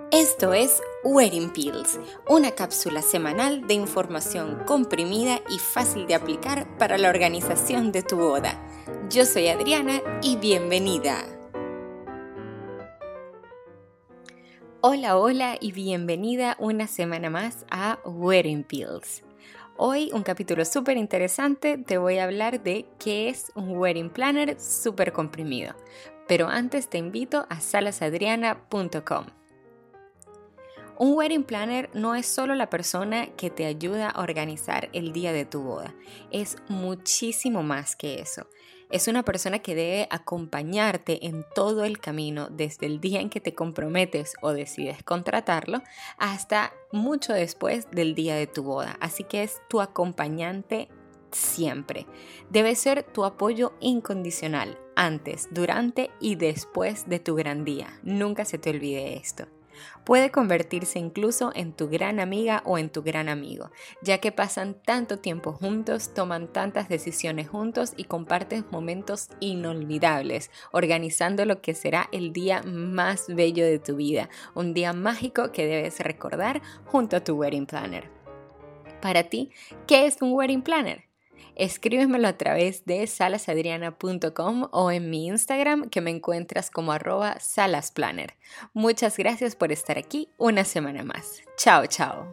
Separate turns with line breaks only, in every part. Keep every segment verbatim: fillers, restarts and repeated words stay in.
Esto es Wedding Pills, una cápsula semanal de información comprimida y fácil de aplicar para la organización de tu boda. Yo soy Adriana y bienvenida. Hola, hola y bienvenida una semana más a Wedding Pills. Hoy un capítulo súper interesante, te voy a hablar de qué es un Wedding Planner súper comprimido. Pero antes te invito a salas adriana punto com. Un wedding planner no es solo la persona que te ayuda a organizar el día de tu boda, es muchísimo más que eso. Es una persona que debe acompañarte en todo el camino, desde el día en que te comprometes o decides contratarlo, hasta mucho después del día de tu boda. Así que es tu acompañante siempre. Debe ser tu apoyo incondicional, antes, durante y después de tu gran día. Nunca se te olvide esto. Puede convertirse incluso en tu gran amiga o en tu gran amigo, ya que pasan tanto tiempo juntos, toman tantas decisiones juntos y comparten momentos inolvidables, organizando lo que será el día más bello de tu vida, un día mágico que debes recordar junto a tu wedding planner. Para ti, ¿qué es un wedding planner? Escríbemelo a través de salas adriana punto com o en mi Instagram, que me encuentras como arroba salasplanner. Muchas gracias por estar aquí una semana más. Chao, chao.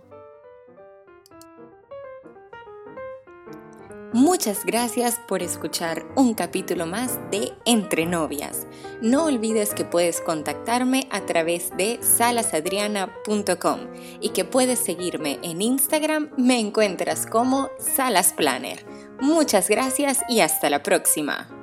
Muchas gracias por escuchar un capítulo más de Entre Novias. No olvides que puedes contactarme a través de salas adriana punto com y que puedes seguirme en Instagram, me encuentras como salasplanner. Muchas gracias y hasta la próxima.